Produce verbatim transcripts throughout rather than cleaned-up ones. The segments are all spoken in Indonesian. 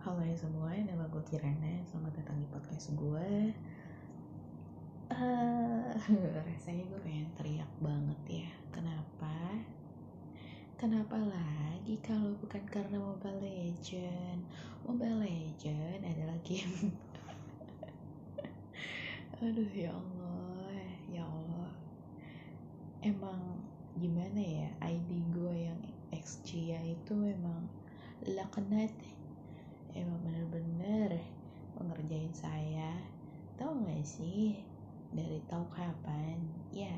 Halo ya semua, nama gue Kirana. Selamat datang di podcast gue. uh, Rasanya gue pengen teriak banget ya. Kenapa? Kenapa lagi kalau bukan karena Mobile Legend. Mobile Legend adalah game Aduh ya Allah, ya Allah. Emang gimana ya, I D gue yang X C ya itu memang laknat. Emang bener-bener mengerjain saya. Tahu gak sih, dari tahu kapan ya,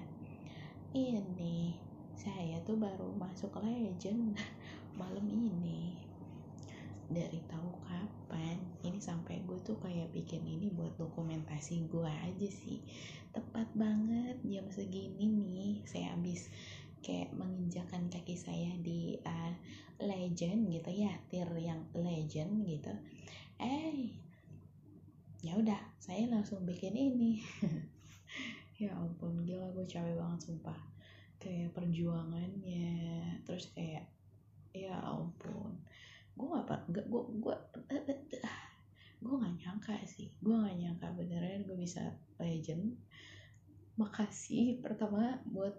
ini saya tuh baru masuk Legend malam ini. Dari tahu kapan ini, sampai gue tuh kayak bikin ini buat dokumentasi gue aja sih. Tepat banget jam segini nih, saya habis kayak menginjakan kaki saya di uh, Legend gitu ya, tier yang Legend gitu. Eh ya udah, saya langsung bikin ini. Ya ampun, gila, gue capek banget sumpah. Kayak perjuangannya, terus kayak ya ampun, gue nggak gue gue gue gue nggak nyangka sih, gue nggak nyangka beneran gue bisa Legend. Makasih pertama buat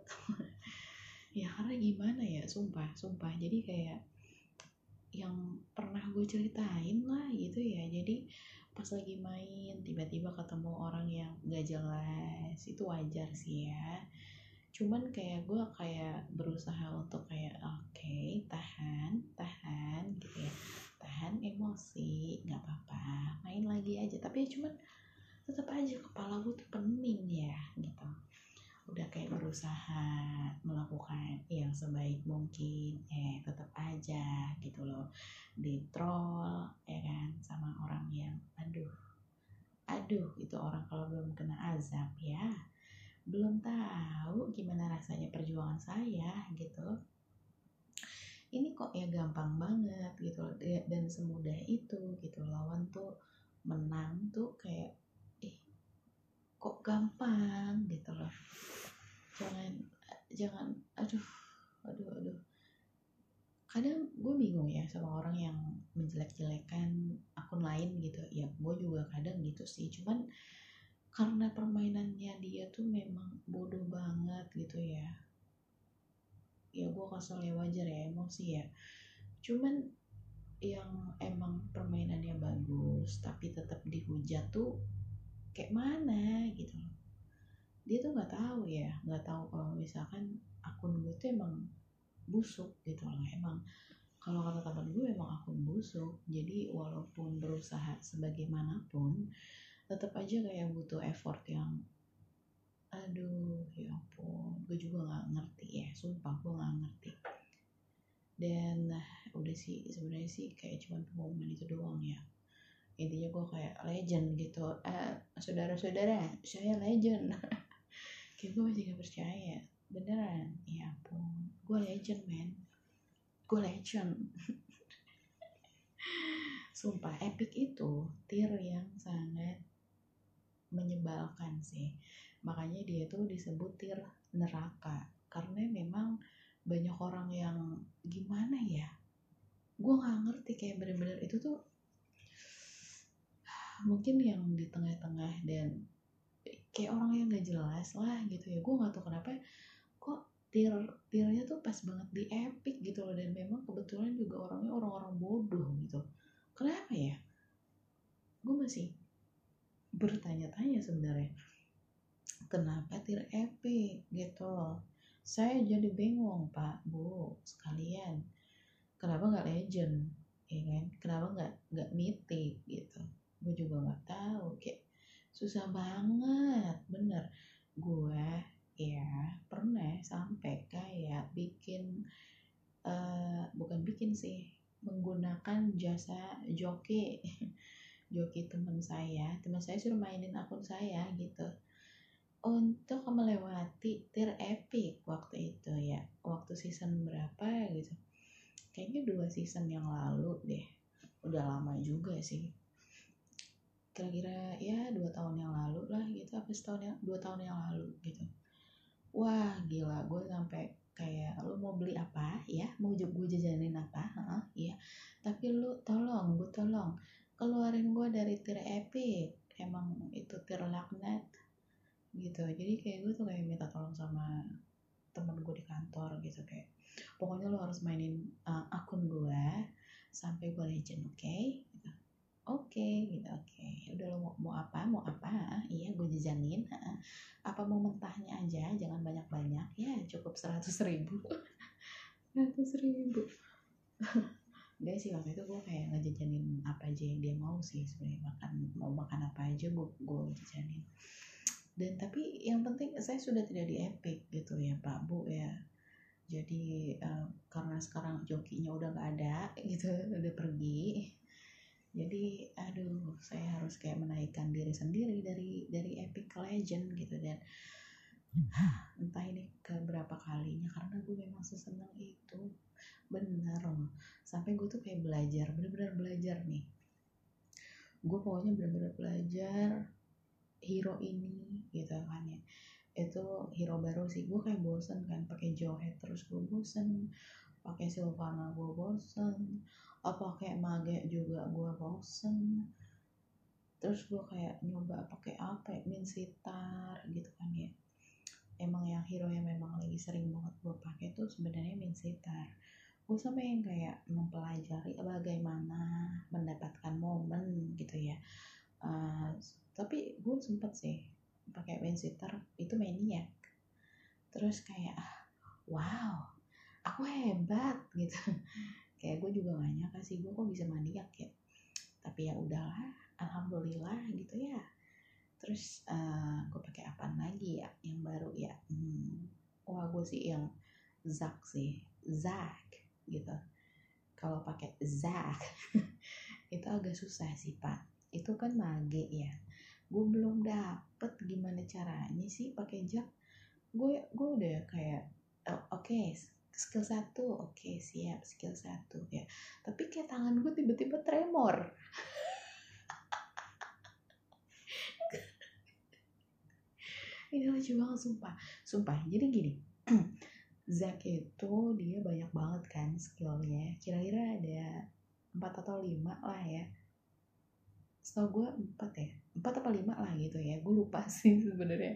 ya karena gimana ya, sumpah sumpah jadi kayak yang pernah gue ceritain lah gitu ya. Jadi pas lagi main tiba-tiba ketemu orang yang gak jelas, itu wajar sih ya. Cuman kayak gue kayak berusaha untuk kayak oke, okay, tahan tahan gitu ya, tahan emosi, nggak apa-apa, main lagi aja. Tapi cuman tetap aja kepala gue tuh pening ya gitu. Udah kayak berusaha melakukan yang sebaik mungkin, eh tetap aja gitu loh di troll ya kan, sama orang yang aduh aduh itu orang kalau belum kena azab ya belum tahu gimana rasanya perjuangan saya gitu. Ini kok ya gampang banget gitu loh, dan semudah itu gitu. Lawan tuh menang tuh kayak eh kok gampang gitu loh. Jangan jangan aduh aduh aduh. Kadang gue bingung ya sama orang yang menjelek-jelekan akun lain gitu. Ya gue juga kadang gitu sih. Cuman karena permainannya dia tuh memang bodoh banget gitu ya. Ya gue kesel ya, wajar ya, emosi ya. Cuman yang emang permainannya bagus tapi tetap dihujat tuh kayak mana gitu loh. Dia tuh nggak tahu ya, nggak tahu kalau misalkan akun gue tuh emang busuk gitu loh. Emang kalau kata teman gue emang akun busuk. Jadi walaupun berusaha sebagaimanapun tetap aja kayak butuh effort yang aduh ya ampun, gue juga nggak ngerti ya, sumpah gue nggak ngerti. Dan nah, udah sih sebenarnya sih kayak cuman pengumuman itu doang ya. Intinya gue kayak Legend gitu. Eh, saudara-saudara, saya Legend. Kayak gue masih gak percaya, beneran. Ya ampun, gue Legend men, gue Legend. Sumpah Epic itu tier yang sangat menyebalkan sih. Makanya dia tuh disebut tier neraka, karena memang banyak orang yang gimana ya, gue nggak ngerti, kayak bener-bener itu tuh mungkin yang di tengah-tengah dan kayak orang yang gak jelas lah gitu ya. Gue nggak tahu kenapa kok tier tiernya tuh pas banget di Epic gitu loh. Dan memang kebetulan juga orangnya orang-orang bodoh gitu. Kenapa ya, gue masih bertanya-tanya sebenarnya kenapa tier Epic gitu loh. Saya jadi bingung pak bu sekalian, kenapa nggak Legend ya kan, kenapa nggak nggak Mythic gitu. Gue juga nggak tahu, kayak susah banget bener. Gue ya pernah sampai kayak bikin uh, bukan bikin sih, menggunakan jasa joki joki teman saya teman saya suruh mainin akun saya gitu untuk melewati tier Epic waktu itu ya, waktu season berapa gitu, kayaknya dua season yang lalu deh. Udah lama juga sih, kira-kira ya dua tahun yang lalu lah gitu, apa setahun yang dua tahun yang lalu gitu. Wah gila, gue sampai kayak lu mau beli apa ya, mau gue jajanin apa, heeh iya, tapi lu tolong gue tolong keluarin gue dari tier epic, emang itu tier laknat gitu. Jadi kayak gue tuh kayak minta tolong sama temen gue di kantor gitu, kayak pokoknya lo harus mainin uh, akun gue sampai gue legend, oke okay? Gitu. Oke okay, gitu, oke okay. Udah lo mau, mau apa mau apa iya gue jajanin, apa mau mentahnya aja, jangan banyak-banyak ya, cukup seratus ribu seratus ribu Enggak sih, waktu itu gue kayak ngejajanin apa aja yang dia mau sih sebenarnya, makan mau makan apa aja gue gue jajanin. Dan tapi yang penting saya sudah tidak di Epic gitu ya Pak Bu ya. Jadi uh, karena sekarang jokinya udah gak ada gitu, udah pergi. Jadi aduh, saya harus kayak menaikkan diri sendiri dari dari Epic ke Legend gitu. Dan entah ini keberapa kalinya, karena gue memang sesenang itu, bener loh. Sampai gue tuh kayak belajar, bener-bener belajar nih. Gue pokoknya bener-bener belajar hero ini gitu kan ya. Itu hero baru sih, gue kayak bosen kan pakai Jawhead terus, gue bosen pakai Sylvana, gue bosen apa kayak Mage juga gue bosen. Terus gue kayak nyoba pakai apa ya, Minsitar gitu kan ya. Emang yang hero yang memang lagi sering banget gue pakai tuh sebenarnya Minsitar. Gue sampai yang kayak mempelajari bagaimana mendapatkan momen gitu ya. Uh, tapi gue sempet sih pakai Minsitar itu Maniac. Terus kayak wow, aku hebat gitu. Kayak gue juga gak nyangka sih gue kok bisa Maniac ya. Tapi ya udahlah, alhamdulillah gitu ya. Terus uh, gue pakai apa lagi ya yang baru ya? Hmm, wah gue sih yang Zac sih, Zac gitu. Kalau pakai Zac itu agak susah sih Pak. Itu kan Mage ya. Gue belum dapet gimana caranya sih pakai Zac. Gue gue udah kayak oh, oke okay, skill satu, oke okay, siap skill satu ya. Tapi kayak tangan gue tiba-tiba tremor. Ini lucu banget sumpah. Sumpah. Jadi gini. Zac itu dia banyak banget kan skillnya. Kira-kira ada empat atau lima lah ya. Setahu gue empat ya. empat apa lima lah gitu ya. Gue lupa sih sebenarnya.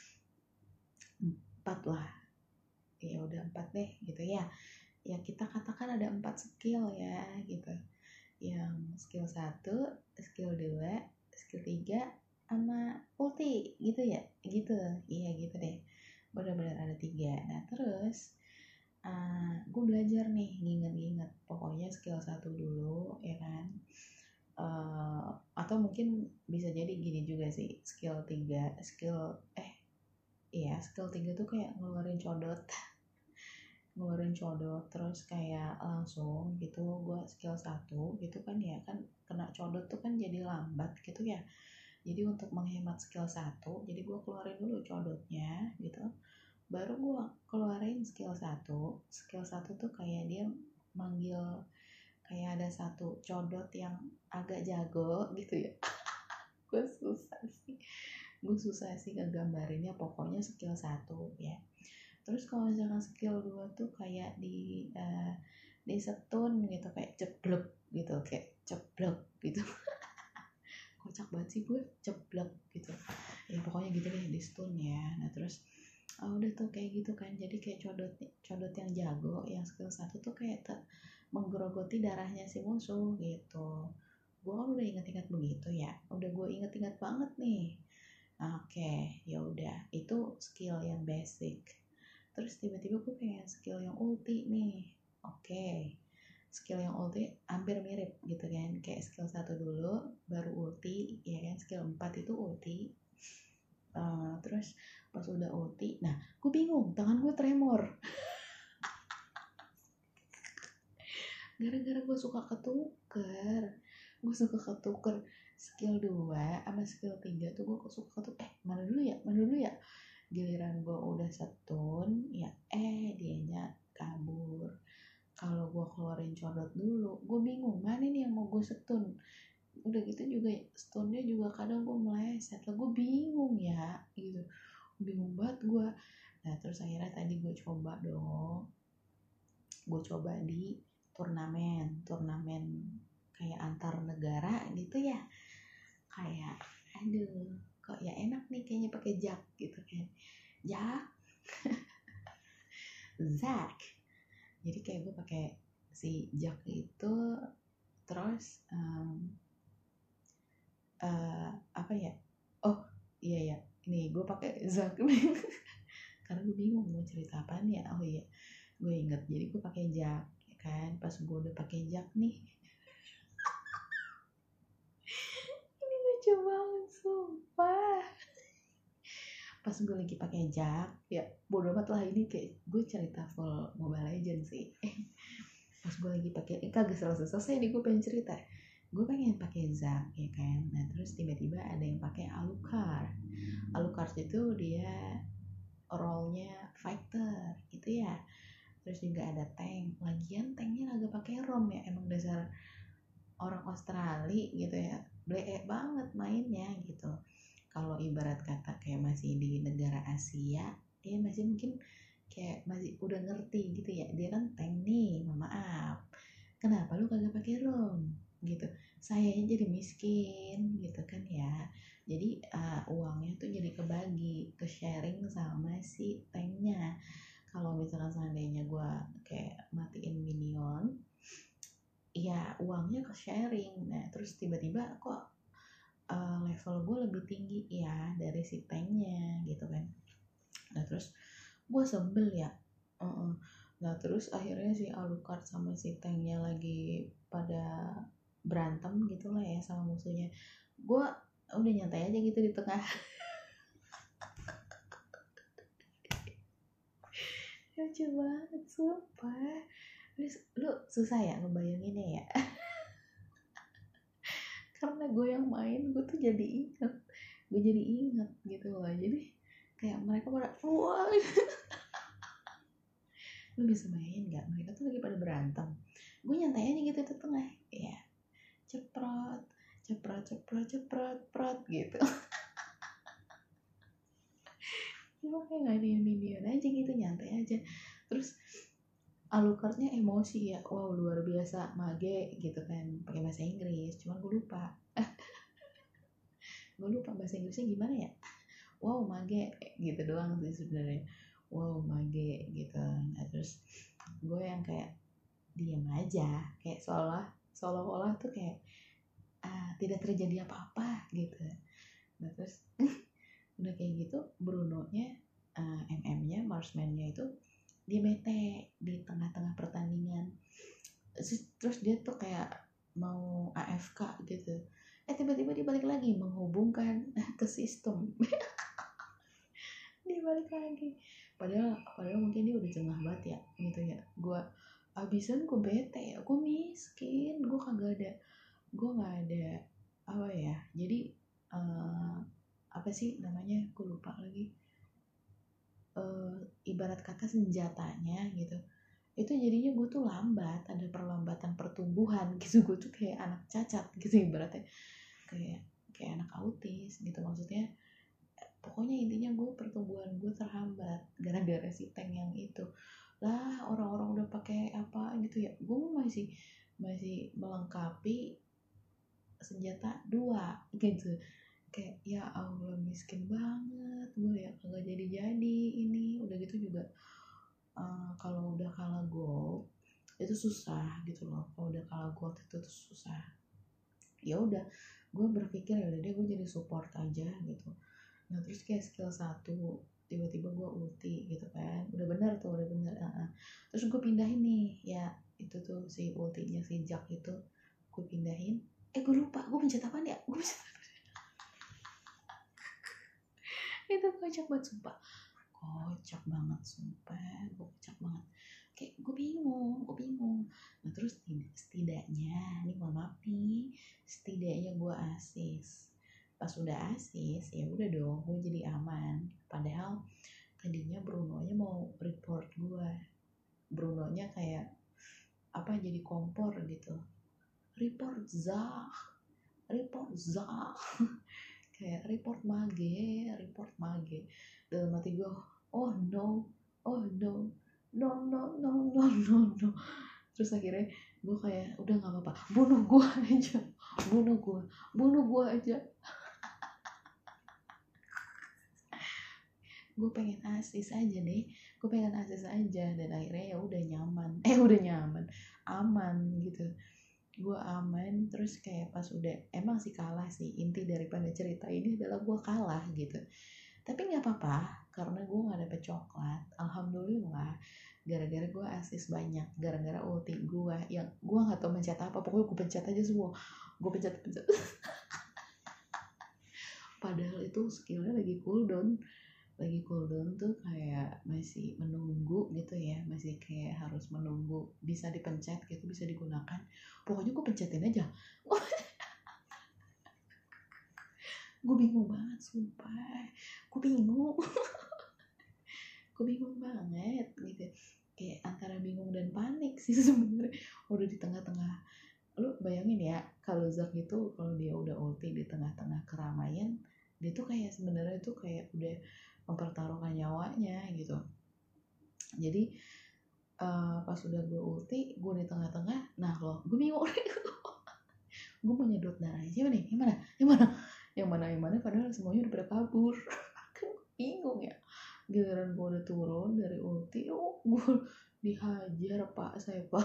empat lah. Ya udah empat deh gitu ya. Ya kita katakan ada empat skill ya gitu. Yang skill satu, skill dua, skill tiga, sama ulti gitu ya. Gitu. Iya gitu deh. Benar-benar ada tiga. Nah terus uh, gue belajar nih nginget-nginget. Pokoknya skill satu dulu ya kan. Uh, atau mungkin bisa jadi gini juga sih, skill tiga, skill eh iya skill tiga tuh kayak ngeluarin codot ngeluarin codot terus kayak langsung gitu gue skill satu gitu kan ya kan, kena codot tuh kan jadi lambat gitu ya. Jadi untuk menghemat skill satu, jadi gue keluarin dulu codotnya gitu, baru gue keluarin skill satu. Skill satu tuh kayak dia manggil kayak ada satu codot yang agak jago gitu ya. gue susah sih gue susah sih ngegambarinnya, pokoknya skill satu ya. Terus kalau misalkan skill dua tuh kayak di uh, di setun gitu, kayak ceblok gitu, kayak ceblok gitu. Kocak banget sih gue, ceblok gitu ya, pokoknya gitu deh di stun ya. Nah terus oh, udah tuh kayak gitu kan, jadi kayak codot codot yang jago yang skill satu tuh kayak ter menggerogoti darahnya si musuh gitu. Gue kan udah inget-inget begitu ya, udah gue inget-inget banget nih. Oke, okay, ya udah itu skill yang basic. Terus tiba-tiba gue pengen skill yang ulti nih. Oke, okay. Skill yang ulti hampir mirip gitu kan, kayak skill satu dulu baru ulti ya kan, skill empat itu ulti. Uh, terus pas udah ulti, nah gue bingung, tangan gue tremor. Gara-gara gue suka ketuker gue suka ketuker skill dua sama skill tiga tuh gue suka ketuker, eh mana dulu ya mana dulu ya giliran gue udah setun ya eh dianya kabur. Kalau gue keluarin codot dulu gue bingung mana nih yang mau gue setun, udah gitu juga stunnya juga kadang gue meleset lah, gue bingung ya gitu, bingung banget gue. Nah terus akhirnya tadi gue coba dong, gue coba di turnamen turnamen kayak antar negara gitu ya, kayak aduh kok ya enak nih kayaknya pakai jak gitu kan, jak Zak. Jadi kayak gue pakai si jak itu, terus um, uh, apa ya, oh iya ya ini gue pakai Zak karena gue bingung mau cerita apaan ya. Oh iya gue inget, jadi gue pakai jak ya kan. Pas gue udah pakai jak nih ini lucu banget sumpah, pas gue lagi pakai jak ya bodo amat lah, ini kayak gue cerita full Mobile Legends sih. Pas gue lagi pakai eh, kagak selesai selesai nih gue pengen cerita. Gue pengen pakai Zac ya kan, nah terus tiba-tiba ada yang pakai Alucard. Alucard itu dia role-nya fighter gitu ya, terus juga ada tank. Lagian tanknya agak pakai rom ya, emang dasar orang Australia gitu ya, bleek banget mainnya gitu. Kalau ibarat kata kayak masih di negara Asia, dia masih mungkin kayak masih udah ngerti gitu ya, dia kan tank nih, mohon maaf kenapa lu kagak pakai rom gitu, sayanya jadi miskin gitu kan ya. Jadi uh, uangnya tuh jadi kebagi, ke sharing sama si tanknya. Kalau misalkan seandainya gue kayak matiin minion, ya uangnya ke sharing. Nah terus tiba-tiba kok uh, level gue lebih tinggi ya dari si tanknya gitu kan. Nah terus gue sebel ya. Uh-uh. Nah terus akhirnya si Alucard sama si tanknya lagi pada berantem gitu lah ya sama musuhnya. Gue udah nyantai aja gitu di tengah. Lucu banget sumpah. Lu, lu susah ya ngebayanginnya ya. Karena gue yang main, gue tuh jadi inget. Gue jadi inget gitu loh. Jadi kayak mereka pada wah. Lu bisa bayangin gak mereka tuh lagi pada berantem, gue nyantai aja gitu di tengah ya, ceprot ceprot ceprot ceprot prot gitu. Gue kayak gak ada minion aja gitu, nyantai aja. Terus Alucardnya emosi ya, wow luar biasa mage gitu kan, pakai bahasa Inggris cuman gue lupa gue lupa bahasa Inggrisnya gimana ya, wow mage gitu doang sih sebenarnya, wow mage gitu. Nah terus gue yang kayak diam aja, kayak seolah seolah-olah tuh kayak ah, tidak terjadi apa-apa gitu. Nah terus udah kayak gitu Bruno-nya uh, M M-nya Marksman-nya itu dia bete di tengah-tengah pertandingan. Terus dia tuh kayak mau A F K gitu, eh tiba-tiba dia balik lagi menghubungkan ke sistem. Dia balik lagi padahal padahal mungkin dia udah jengah banget ya gitu ya. Gue abisan gue bete ya, gue miskin, gue kagak ada, gue nggak ada apa ya, jadi uh, apa sih namanya gue lupa lagi, uh, ibarat kata senjatanya gitu, itu jadinya gue tuh lambat, ada perlambatan pertumbuhan gitu. Gue tuh kayak anak cacat gitu ibaratnya, kayak kayak anak autis gitu maksudnya. Pokoknya intinya gue pertumbuhan gue terhambat gara-gara si tank yang itu lah. Orang-orang udah pakai apa gitu ya, gue masih masih melengkapi senjata dua gitu, kayak ya Allah miskin banget gue ya, kagak jadi-jadi ini. Udah gitu juga uh, kalau udah kalah gold itu susah gitu loh, kalau udah kalah gold itu tuh susah. Ya udah gue berpikir ya udah deh gue jadi support aja gitu. Nah terus kayak skill satu tiba-tiba gue ulti gitu kan, udah bener tuh udah bener uh-uh. Terus gue pindahin nih ya itu tuh si ultinya si Jak itu gue pindahin, eh gue lupa gue pencet apaan ya, gue pencet itu kocak banget sumpah, kocak banget sumpah, gue kocak banget, kayak gue bingung gue bingung. Nah terus setidaknya nih mohon maaf nih, setidaknya gue asis. Pas udah asis ya udah dong gue jadi aman. Padahal tadinya Bruno-nya mau report gue, Bruno-nya kayak apa jadi kompor gitu, report Zah report Zah kayak report mage report mage. Dalam hati gue oh no oh no no no no no no no. Terus akhirnya gue kayak udah nggak apa-apa, bunuh gue aja, bunuh gue bunuh gue aja. Gue pengen asis aja deh, gue pengen asis aja, dan akhirnya ya udah nyaman, eh udah nyaman, aman gitu. Gue aman, terus kayak pas udah, emang sih kalah sih, inti daripada cerita ini adalah gue kalah gitu. Tapi nggak apa-apa, karena gue nggak dapet coklat, alhamdulillah. Gara-gara gue asis banyak, gara-gara ulti gue yang gue nggak tau mencet apa, pokoknya gue pencet aja semua, gue pencet pencet. Padahal itu skillnya lagi cooldown, lagi cooldown tuh kayak masih menunggu gitu ya, masih kayak harus menunggu bisa dipencet gitu, bisa digunakan. Pokoknya gue pencetin aja. Gue bingung banget sumpah, gue bingung. Gue bingung banget gitu, kayak antara bingung dan panik sih sebenarnya. Udah di tengah-tengah, lu bayangin ya kalau Zack itu kalau dia udah ulti di tengah-tengah keramaian, dia tuh kayak sebenarnya tuh kayak udah mempertaruhkan nyawanya gitu. Jadi uh, pas udah gue ulti, gue di tengah-tengah, nah loh gue bingung. Gue mau nyedot darahnya siapa nih, yang mana yang mana yang mana yang mana padahal semuanya udah pada kabur. Kan bingung ya. Giliran gue udah turun dari ulti, oh gue dihajar pak saya pak.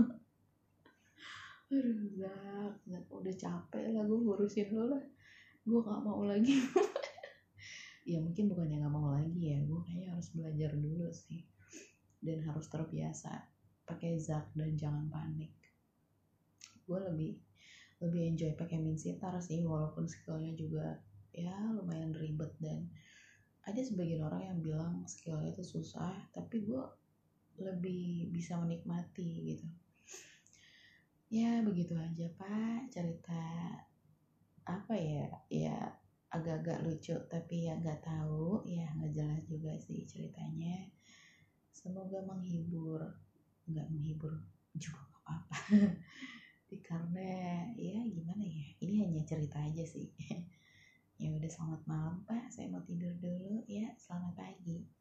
Aduh Zak, Zak udah capek lah gue ngurusin lo lah, gue gak mau lagi. Ya mungkin bukannya gak mau lagi ya, gue kayaknya harus belajar dulu sih, dan harus terbiasa pakai Zak dan jangan panik. Gue lebih lebih enjoy pakai Minsitar sih, walaupun skillnya juga ya lumayan ribet, dan ada sebagian orang yang bilang skillnya itu susah, tapi gue lebih bisa menikmati gitu. Ya begitu aja pak, cerita apa ya, ya agak-agak lucu tapi ya nggak tahu ya, nggak jelas juga sih ceritanya. Semoga menghibur, nggak menghibur juga nggak apa-apa. Karena ya gimana ya, ini hanya cerita aja sih. Ya udah, selamat malam pak, saya mau tidur dulu ya, selamat pagi.